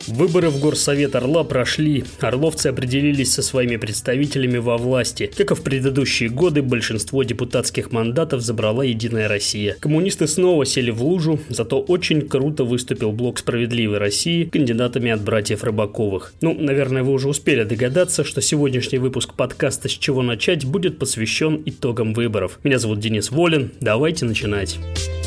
Выборы в Горсовет Орла прошли. Орловцы определились со своими представителями во власти. Как и в предыдущие годы, большинство депутатских мандатов забрала «Единая Россия». Коммунисты снова сели в лужу, зато очень круто выступил блок «Справедливой России» кандидатами от братьев Рыбаковых. Наверное, вы уже успели догадаться, что сегодняшний выпуск подкаста «С чего начать» будет посвящен итогам выборов. Меня зовут Денис Волин. Давайте начинать.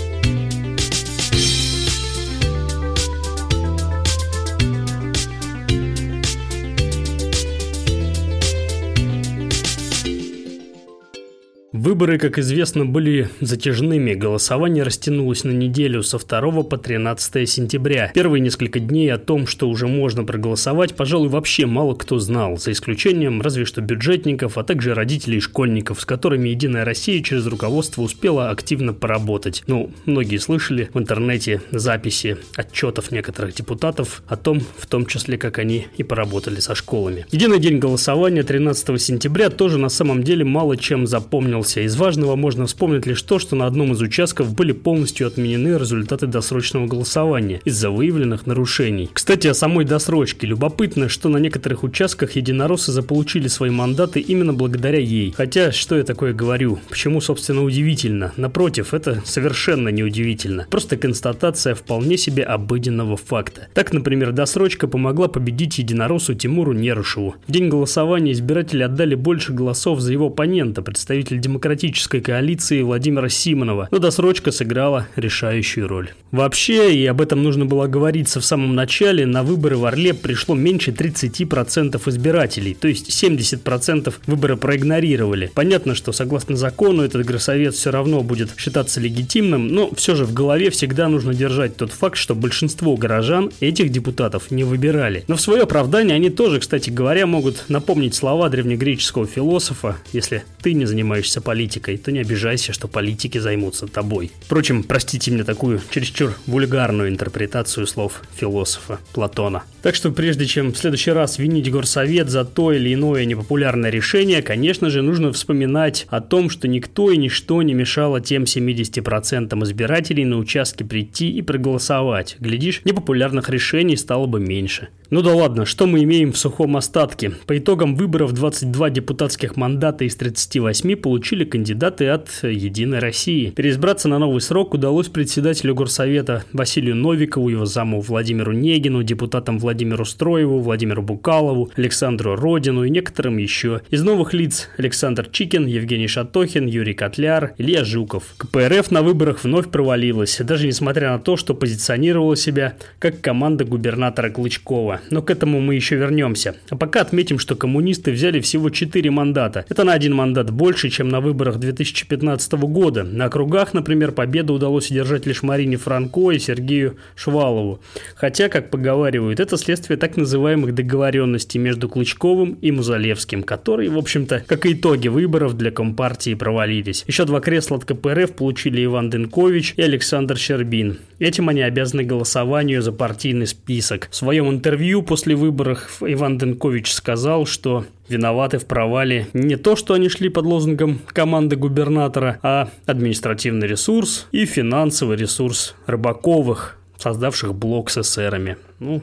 Выборы, как известно, были затяжными. Голосование растянулось на неделю со 2 по 13 сентября. Первые несколько дней о том, что уже можно проголосовать, пожалуй, вообще мало кто знал, за исключением разве что бюджетников, а также родителей и школьников, с которыми «Единая Россия» через руководство успела активно поработать. Многие слышали в интернете записи отчетов некоторых депутатов о том, в том числе, как они и поработали со школами. Единый день голосования 13 сентября тоже на самом деле мало чем запомнился. Из важного можно вспомнить лишь то, что на одном из участков были полностью отменены результаты досрочного голосования из-за выявленных нарушений. Кстати, о самой досрочке. Любопытно, что на некоторых участках единороссы заполучили свои мандаты именно благодаря ей. Хотя, что я такое говорю? Почему, собственно, удивительно? Напротив, это совершенно не удивительно. Просто констатация вполне себе обыденного факта. Так, например, досрочка помогла победить единороссу Тимуру Нерушеву. В день голосования избиратели отдали больше голосов за его оппонента, представителя демократической коалиции Владимира Симонова, но досрочка сыграла решающую роль. Вообще, и об этом нужно было говориться в самом начале, на выборы в Орле пришло меньше 30% избирателей, то есть 70% выборы проигнорировали. Понятно, что согласно закону этот горсовет все равно будет считаться легитимным, но все же в голове всегда нужно держать тот факт, что большинство горожан этих депутатов не выбирали. Но в свое оправдание они тоже, кстати говоря, могут напомнить слова древнегреческого философа: если ты не занимаешься политикой, то не обижайся, что политики займутся тобой. Впрочем, простите мне такую чересчур вульгарную интерпретацию слов философа Платона. Так что прежде чем в следующий раз винить горсовет за то или иное непопулярное решение, конечно же, нужно вспоминать о том, что никто и ничто не мешало тем 70% избирателей на участке прийти и проголосовать. Глядишь, непопулярных решений стало бы меньше. Да ладно, что мы имеем в сухом остатке? По итогам выборов 22 депутатских мандата из 38 получили кандидаты от «Единой России». Переизбраться на новый срок удалось председателю горсовета Василию Новикову, его заму Владимиру Негину, депутатам Владимиру Строеву, Владимиру Букалову, Александру Родину и некоторым еще. Из новых лиц Александр Чикин, Евгений Шатохин, Юрий Котляр, Илья Жуков. КПРФ на выборах вновь провалилась, даже несмотря на то, что позиционировала себя как команда губернатора Клычкова. Но к этому мы еще вернемся. А пока отметим, что коммунисты взяли всего 4 мандата. Это на 1 мандат больше, чем на выборах 2015 года. На округах, например, победу удалось одержать лишь Марине Франко и Сергею Швалову. Хотя, как поговаривают, это следствие так называемых договоренностей между Клычковым и Музалевским, которые, в общем-то, как и итоги выборов для Компартии провалились. Еще 2 кресла от КПРФ получили Иван Дынкович и Александр Щербин. Этим они обязаны голосованию за партийный список. В своем интервью после выборов Иван Дынкович сказал, что виноваты в провале не то, что они шли под лозунгом команды губернатора, а административный ресурс и финансовый ресурс Рыбаковых, создавших блок с эсерами.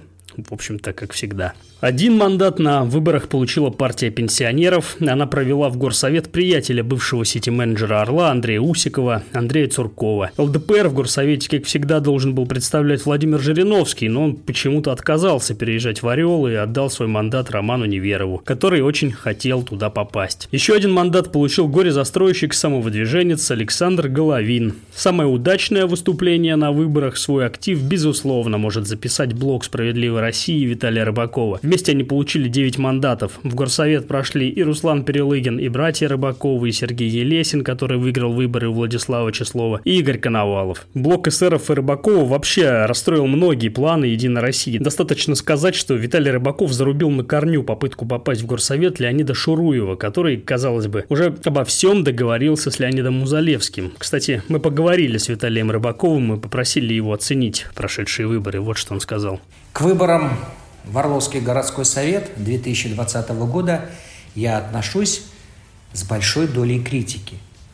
В общем-то, как всегда. 1 мандат на выборах получила партия пенсионеров. Она провела в горсовет приятеля бывшего сити-менеджера Орла Андрея Усикова, Андрея Цуркова. ЛДПР в горсовете, как всегда, должен был представлять Владимир Жириновский, но он почему-то отказался переезжать в Орел и отдал свой мандат Роману Неверову, который очень хотел туда попасть. Еще 1 мандат получил горе-застройщик-самовыдвиженец Александр Головин. Самое удачное выступление на выборах свой актив, безусловно, может записать блок «Справедливой России» Виталия Рыбакова. Вместе они получили 9 мандатов. В горсовет прошли и Руслан Перелыгин, и братья Рыбаковы, и Сергей Елесин, который выиграл выборы у Владислава Числова, и Игорь Коновалов. Блок эсеров и Рыбакова вообще расстроил многие планы «Единой России». Достаточно сказать, что Виталий Рыбаков зарубил на корню попытку попасть в горсовет Леонида Шуруева, который, казалось бы, уже обо всем договорился с Леонидом Музалевским. Кстати, мы поговорили с Виталием Рыбаковым и попросили его оценить прошедшие выборы. Вот что он сказал. К выборам в Орловский городской совет 2020 года я отношусь с большой долей критики.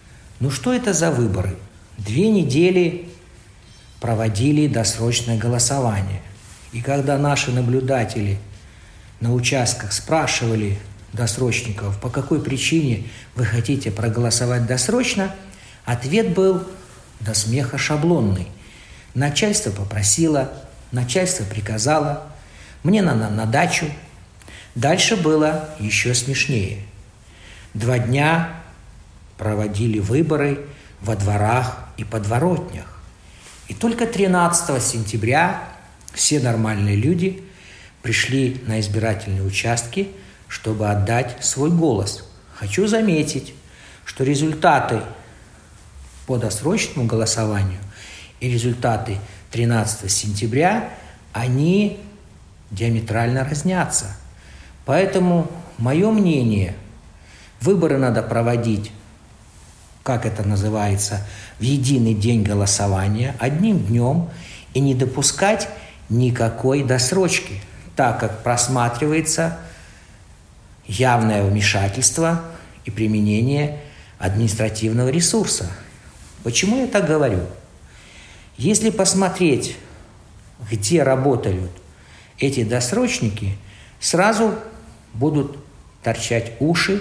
Что это за выборы? 2 недели проводили досрочное голосование. И когда наши наблюдатели на участках спрашивали досрочников, по какой причине вы хотите проголосовать досрочно, ответ был до смеха шаблонный. Начальство попросило, начальство приказало, мне надо на дачу. Дальше было еще смешнее. 2 дня проводили выборы во дворах и подворотнях. И только 13 сентября все нормальные люди пришли на избирательные участки, чтобы отдать свой голос. Хочу заметить, что результаты по досрочному голосованию и результаты 13 сентября, они диаметрально разнятся. Поэтому мое мнение, выборы надо проводить, как это называется, в единый день голосования, одним днем, и не допускать никакой досрочки, так как просматривается явное вмешательство и применение административного ресурса. Почему я так говорю? Если посмотреть, где работают эти досрочники, сразу будут торчать уши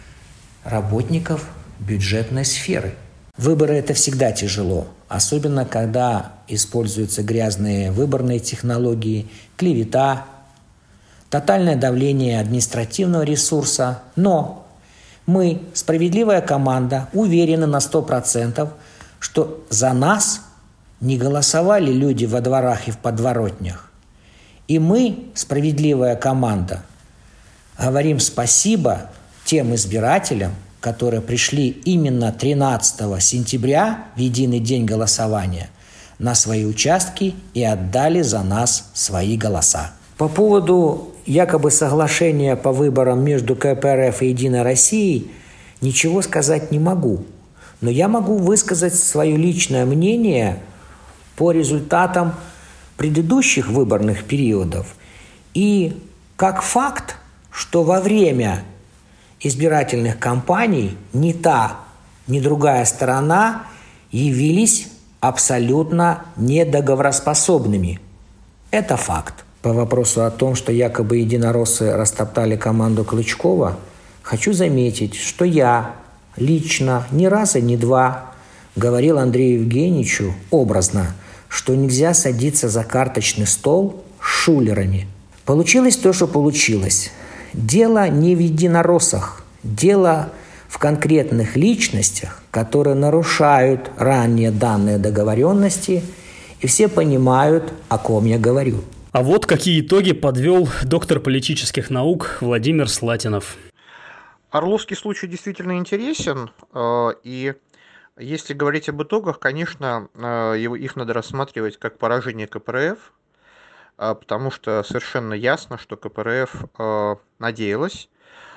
работников бюджетной сферы. Выборы – это всегда тяжело, особенно когда используются грязные выборные технологии, клевета, тотальное давление административного ресурса. Но мы, справедливая команда, уверены на 100%, что за нас не голосовали люди во дворах и в подворотнях. И мы, справедливая команда, говорим спасибо тем избирателям, которые пришли именно 13 сентября в единый день голосования на свои участки и отдали за нас свои голоса. По поводу якобы соглашения по выборам между КПРФ и «Единой Россией» ничего сказать не могу. Но я могу высказать свое личное мнение по результатам предыдущих выборных периодов. И как факт, что во время избирательных кампаний ни та, ни другая сторона явились абсолютно недоговороспособными. Это факт. По вопросу о том, что якобы единороссы растоптали команду Клычкова, хочу заметить, что я лично ни раза, ни два говорил Андрею Евгеньевичу образно, что нельзя садиться за карточный стол с шулерами. Получилось то, что получилось. Дело не в единороссах, дело в конкретных личностях, которые нарушают ранее данные договоренности, и все понимают, о ком я говорю. А вот какие итоги подвел доктор политических наук Владимир Слатинов. Орловский случай действительно интересен, и если говорить об итогах, конечно, их надо рассматривать как поражение КПРФ, потому что совершенно ясно, что КПРФ надеялась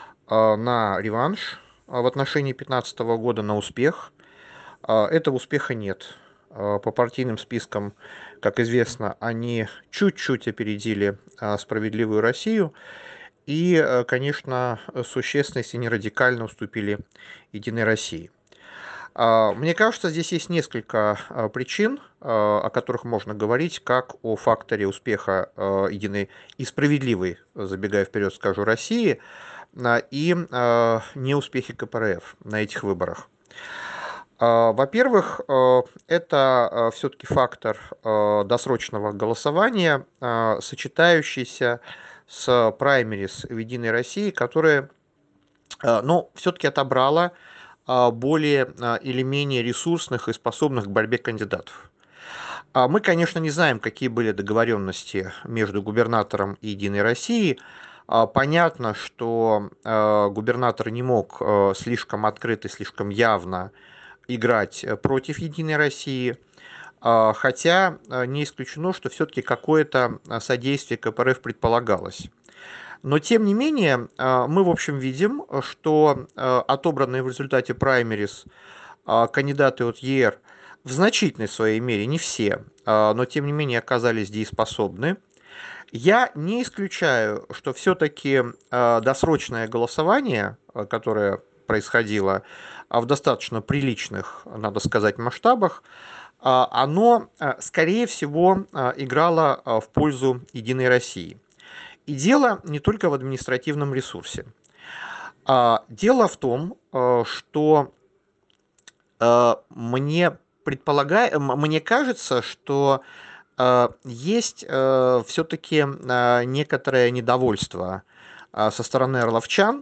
на реванш в отношении 2015 года, на успех. Этого успеха нет. По партийным спискам, как известно, они чуть-чуть опередили «Справедливую Россию» и, конечно, существенно, если не радикально, уступили «Единой России». Мне кажется, здесь есть несколько причин, о которых можно говорить, как о факторе успеха «Единой» и «Справедливой», забегая вперед, скажу, России, и неуспехе КПРФ на этих выборах. Во-первых, это все-таки фактор досрочного голосования, сочетающийся с праймерис в «Единой России», которая, все-таки отобрала более или менее ресурсных и способных к борьбе кандидатов. Мы, конечно, не знаем, какие были договоренности между губернатором и «Единой Россией». Понятно, что губернатор не мог слишком открыто, слишком явно играть против «Единой России», хотя не исключено, что все-таки какое-то содействие КПРФ предполагалось. Но, тем не менее, мы, в общем, видим, что отобранные в результате праймерис кандидаты от ЕР в значительной своей мере, не все, но, тем не менее, оказались дееспособны. Я не исключаю, что все-таки досрочное голосование, которое происходило в достаточно приличных, надо сказать, масштабах, оно, скорее всего, играло в пользу «Единой России». И дело не только в административном ресурсе. Дело в том, что мне кажется, что есть все-таки некоторое недовольство со стороны орловчан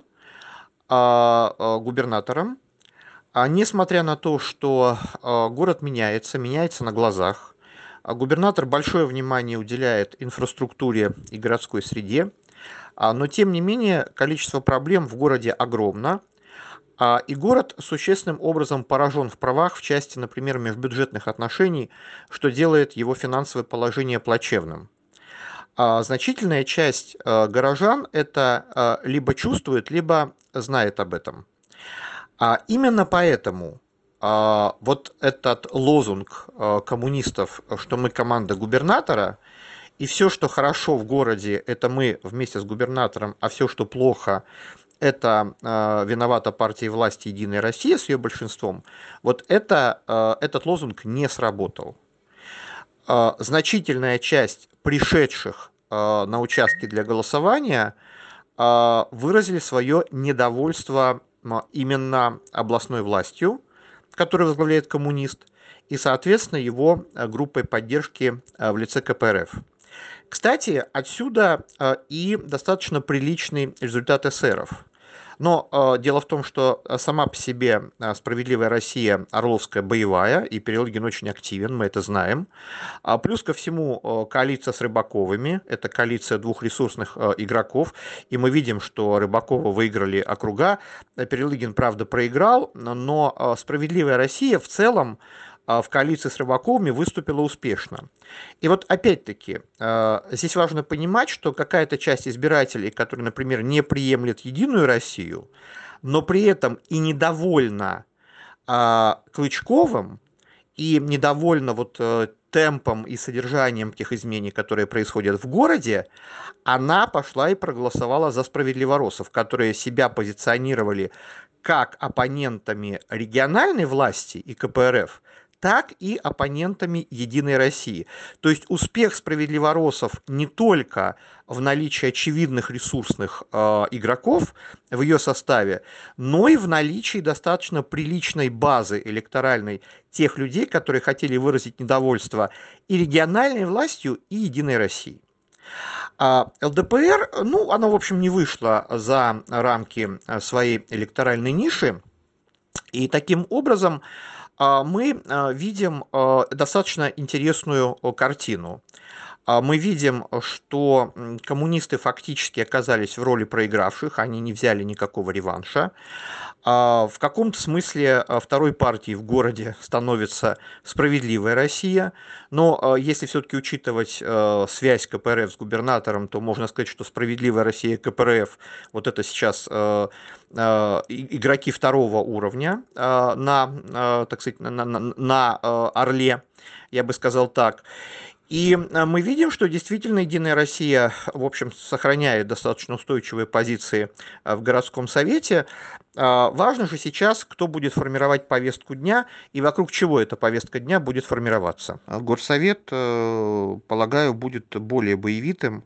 губернатором, несмотря на то, что город меняется на глазах. Губернатор большое внимание уделяет инфраструктуре и городской среде, но тем не менее количество проблем в городе огромно, и город существенным образом поражен в правах в части, например, межбюджетных отношений, что делает его финансовое положение плачевным. Значительная часть горожан это либо чувствует, либо знает об этом. Именно поэтому вот этот лозунг коммунистов, что мы команда губернатора, и все, что хорошо в городе, это мы вместе с губернатором, а все, что плохо, это виновата партия власти «Единая Россия» с ее большинством, вот этот лозунг не сработал. Значительная часть пришедших на участки для голосования выразили свое недовольство именно областной властью, которую возглавляет коммунист, и, соответственно, его группой поддержки в лице КПРФ. Кстати, отсюда и достаточно приличный результат эсеров. Но дело в том, что сама по себе «Справедливая Россия» орловская боевая, и Перелыгин очень активен, мы это знаем. Плюс ко всему коалиция с Рыбаковыми, это коалиция двух ресурсных игроков, и мы видим, что Рыбаковы выиграли округа, Перелыгин, правда, проиграл, но «Справедливая Россия» в целом в коалиции с Рыбаковыми выступила успешно. И вот опять-таки, здесь важно понимать, что какая-то часть избирателей, которые, например, не приемлет «Единую Россию», но при этом и недовольна Клычковым, и недовольна вот темпом и содержанием тех изменений, которые происходят в городе, она пошла и проголосовала за справедливоросов, которые себя позиционировали как оппонентами региональной власти и КПРФ, так и оппонентами «Единой России». То есть успех справедливоросов не только в наличии очевидных ресурсных игроков в ее составе, но и в наличии достаточно приличной базы электоральной тех людей, которые хотели выразить недовольство и региональной властью, и «Единой Россией». ЛДПР, она, в общем, не вышла за рамки своей электоральной ниши, и таким образом мы видим достаточно интересную картину. Мы видим, что коммунисты фактически оказались в роли проигравших, они не взяли никакого реванша. В каком-то смысле второй партией в городе становится «Справедливая Россия», но если все-таки учитывать связь КПРФ с губернатором, то можно сказать, что «Справедливая Россия» и КПРФ вот это сейчас игроки второго уровня так сказать, на Орле, я бы сказал так. И мы видим, что действительно «Единая Россия», в общем, сохраняет достаточно устойчивые позиции в городском совете. Важно же сейчас, кто будет формировать повестку дня и вокруг чего эта повестка дня будет формироваться. Горсовет, полагаю, будет более боевитым,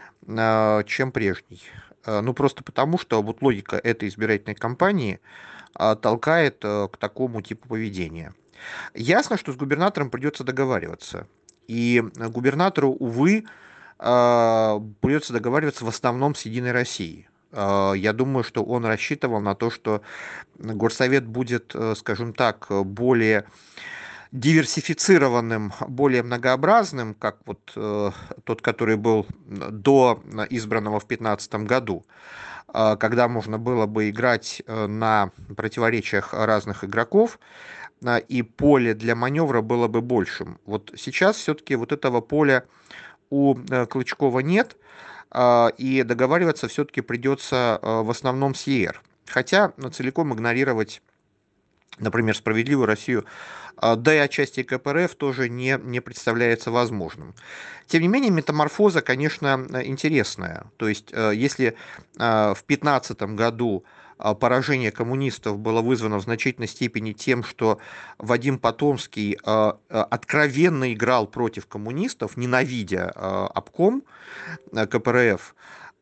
чем прежний. Просто потому, что вот логика этой избирательной кампании толкает к такому типу поведения. Ясно, что с губернатором придется договариваться. И губернатору, увы, придется договариваться в основном с «Единой Россией». Я думаю, что он рассчитывал на то, что горсовет будет, скажем так, более диверсифицированным, более многообразным, как вот тот, который был до избранного в 2015 году, когда можно было бы играть на противоречиях разных игроков, и поле для маневра было бы большим. Вот сейчас все-таки вот этого поля у Клычкова нет, и договариваться все-таки придется в основном с ЕР. Хотя целиком игнорировать, например, «Справедливую Россию», да и отчасти КПРФ тоже не представляется возможным. Тем не менее, метаморфоза, конечно, интересная. То есть, если в 2015 году поражение коммунистов было вызвано в значительной степени тем, что Вадим Потомский откровенно играл против коммунистов, ненавидя обком КПРФ,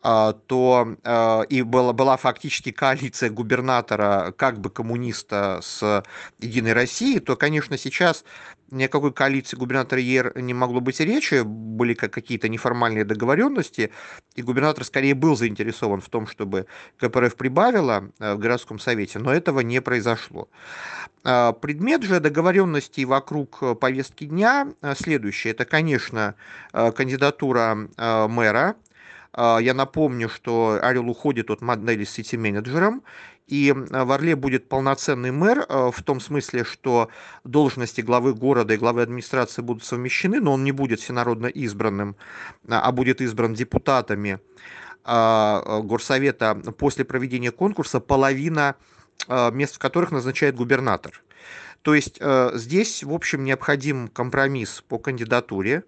то и была фактически коалиция губернатора как бы коммуниста с «Единой Россией», то, конечно, сейчас ни о какой коалиции губернатора ЕР не могло быть и речи, были какие-то неформальные договоренности, и губернатор скорее был заинтересован в том, чтобы КПРФ прибавила в городском совете, но этого не произошло. Предмет же договоренностей вокруг повестки дня следующий. Это, конечно, кандидатура мэра. Я напомню, что Орел уходит от модели с сити-менеджером, и в Орле будет полноценный мэр в том смысле, что должности главы города и главы администрации будут совмещены, но он не будет всенародно избранным, а будет избран депутатами горсовета после проведения конкурса, половина мест в которых назначает губернатор. То есть здесь, в общем, необходим компромисс по кандидатуре.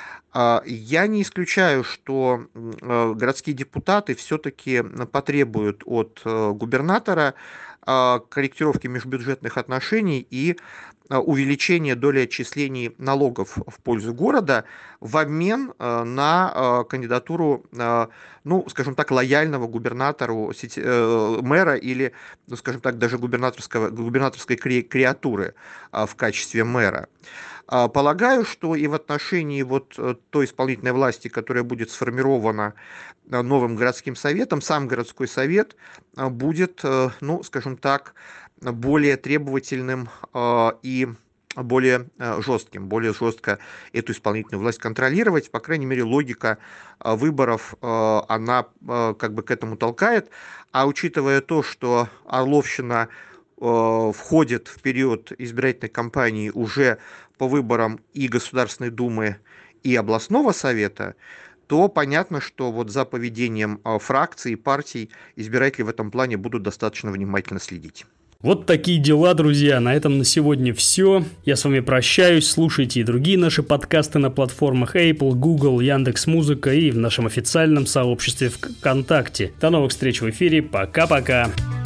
Я не исключаю, что городские депутаты все-таки потребуют от губернатора корректировки межбюджетных отношений и увеличения доли отчислений налогов в пользу города в обмен на кандидатуру, ну, скажем так, лояльного губернатору, мэра или, ну, скажем так, даже губернаторской креатуры в качестве мэра. Полагаю, что и в отношении вот той исполнительной власти, которая будет сформирована новым городским советом, сам городской совет будет, ну, скажем так, более требовательным и более жестким, более жестко эту исполнительную власть контролировать. По крайней мере, логика выборов, она как бы к этому толкает. А учитывая то, что Орловщина входит в период избирательной кампании уже по выборам и Государственной Думы, и областного совета, то понятно, что вот за поведением фракций и партий избиратели в этом плане будут достаточно внимательно следить. Вот такие дела, друзья. На этом на сегодня все. Я с вами прощаюсь. Слушайте и другие наши подкасты на платформах Apple, Google, Яндекс.Музыка и в нашем официальном сообществе ВКонтакте. До новых встреч в эфире. Пока-пока.